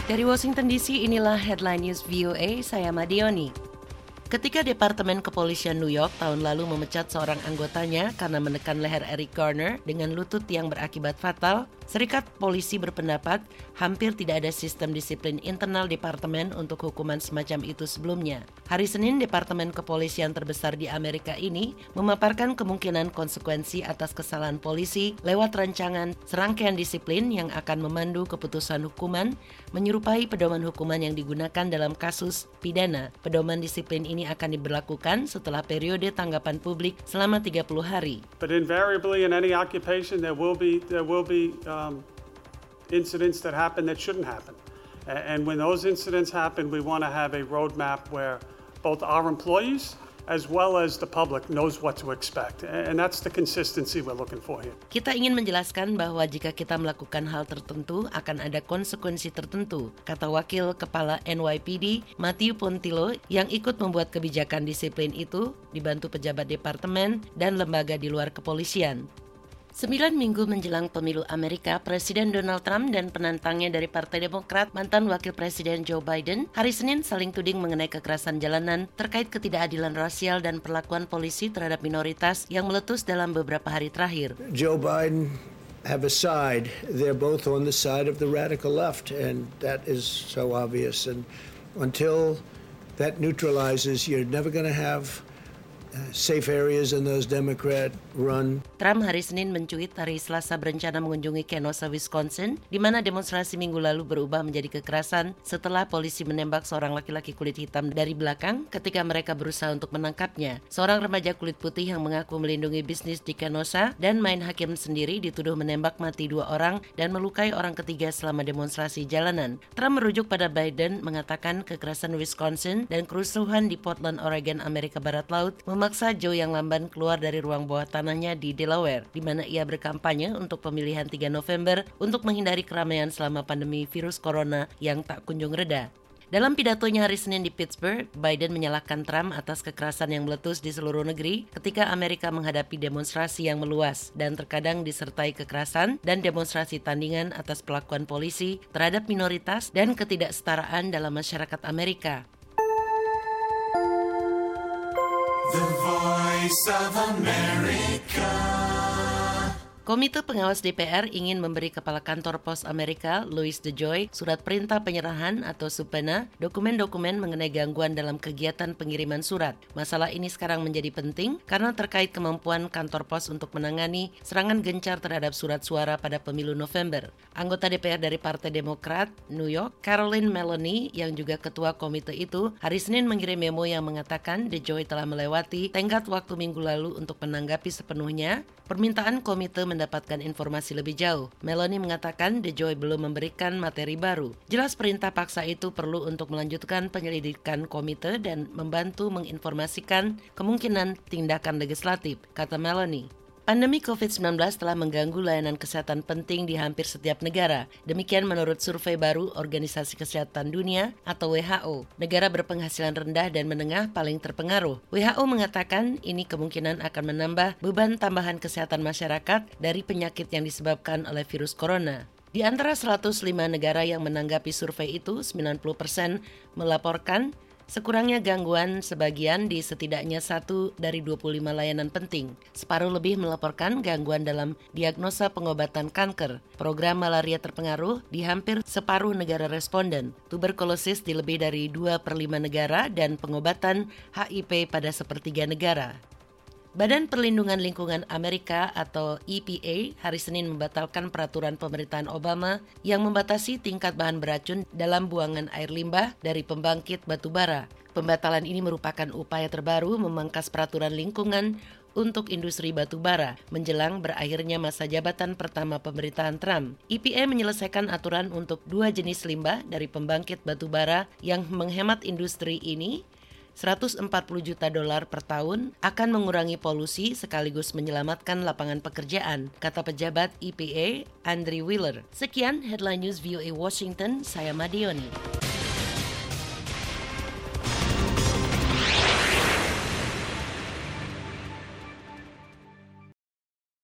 Dari Washington DC, inilah Headline News VOA, saya Madioni. Ketika Departemen Kepolisian New York tahun lalu memecat seorang anggotanya karena menekan leher Eric Garner dengan lutut yang berakibat fatal, Serikat Polisi berpendapat hampir tidak ada sistem disiplin internal departemen untuk hukuman semacam itu sebelumnya. Hari Senin, Departemen Kepolisian terbesar di Amerika ini memaparkan kemungkinan konsekuensi atas kesalahan polisi lewat rancangan serangkaian disiplin yang akan memandu keputusan hukuman menyerupai pedoman hukuman yang digunakan dalam kasus pidana. Pedoman disiplin ini akan diberlakukan setelah periode tanggapan publik selama 30 hari. But invariably in any occupation there will be incidents that happen that shouldn't happen. And when those incidents happen, we want to have a roadmap where both our employees as well as the public knows what to expect. And that's the consistency we're looking for here. Kita ingin menjelaskan bahwa jika kita melakukan hal tertentu akan ada konsekuensi tertentu, kata Wakil Kepala NYPD Matthew Pontillo yang ikut membuat kebijakan disiplin itu dibantu pejabat departemen dan lembaga di luar kepolisian. 9 minggu menjelang pemilu Amerika, Presiden Donald Trump dan penantangnya dari Partai Demokrat, mantan Wakil Presiden Joe Biden, hari Senin saling tuding mengenai kekerasan jalanan terkait ketidakadilan rasial dan perlakuan polisi terhadap minoritas yang meletus dalam beberapa hari terakhir. Joe Biden have a side. They're both on the side of the radical left, and that is so obvious. And until that neutralizes, you're never going to have safe areas in those Democrat-run. Trump hari Senin mencuit hari Selasa berencana mengunjungi Kenosha, Wisconsin, di mana demonstrasi minggu lalu berubah menjadi kekerasan setelah polisi menembak seorang laki-laki kulit hitam dari belakang ketika mereka berusaha untuk menangkapnya. Seorang remaja kulit putih yang mengaku melindungi bisnis di Kenosha dan main hakim sendiri dituduh menembak mati 2 orang dan melukai orang ketiga selama demonstrasi jalanan. Trump merujuk pada Biden mengatakan kekerasan Wisconsin dan kerusuhan di Portland, Oregon, Amerika Barat Laut memaksa Joe yang lamban keluar dari ruang bawah tanahnya di Delaware, di mana ia berkampanye untuk pemilihan 3 November untuk menghindari keramaian selama pandemi virus corona yang tak kunjung reda. Dalam pidatonya hari Senin di Pittsburgh, Biden menyalahkan Trump atas kekerasan yang meletus di seluruh negeri ketika Amerika menghadapi demonstrasi yang meluas dan terkadang disertai kekerasan dan demonstrasi tandingan atas pelakuan polisi terhadap minoritas dan ketidaksetaraan dalam masyarakat Amerika. The Voice of America. Komite Pengawas DPR ingin memberi Kepala Kantor Pos Amerika, Louis DeJoy, surat perintah penyerahan atau subpoena dokumen-dokumen mengenai gangguan dalam kegiatan pengiriman surat. Masalah ini sekarang menjadi penting karena terkait kemampuan kantor pos untuk menangani serangan gencar terhadap surat suara pada pemilu November. Anggota DPR dari Partai Demokrat, New York, Caroline Maloney, yang juga ketua komite itu, hari Senin mengirim memo yang mengatakan DeJoy telah melewati tenggat waktu minggu lalu untuk menanggapi sepenuhnya permintaan komite mendapatkan informasi lebih jauh. Meloni mengatakan DeJoy belum memberikan materi baru. Jelas perintah paksa itu perlu untuk melanjutkan penyelidikan komite dan membantu menginformasikan kemungkinan tindakan legislatif, kata Meloni. Pandemi COVID-19 telah mengganggu layanan kesehatan penting di hampir setiap negara. Demikian menurut survei baru Organisasi Kesehatan Dunia atau WHO. Negara berpenghasilan rendah dan menengah paling terpengaruh. WHO mengatakan ini kemungkinan akan menambah beban tambahan kesehatan masyarakat dari penyakit yang disebabkan oleh virus corona. Di antara 105 negara yang menanggapi survei itu, 90% melaporkan sekurangnya gangguan sebagian di setidaknya 1 dari 25 layanan penting. Separuh lebih melaporkan gangguan dalam diagnosa pengobatan kanker. Program malaria terpengaruh di hampir separuh negara responden. Tuberkulosis di lebih dari 2/5 negara dan pengobatan HIV pada sepertiga negara. Badan Perlindungan Lingkungan Amerika atau EPA hari Senin membatalkan peraturan pemerintahan Obama yang membatasi tingkat bahan beracun dalam buangan air limbah dari pembangkit batu bara. Pembatalan ini merupakan upaya terbaru memangkas peraturan lingkungan untuk industri batu bara menjelang berakhirnya masa jabatan pertama pemerintahan Trump. EPA menyelesaikan aturan untuk 2 jenis limbah dari pembangkit batu bara yang menghemat industri ini $140 juta per tahun akan mengurangi polusi sekaligus menyelamatkan lapangan pekerjaan, kata pejabat EPA Andrew Wheeler. Sekian Headline News VOA Washington, saya Madioni.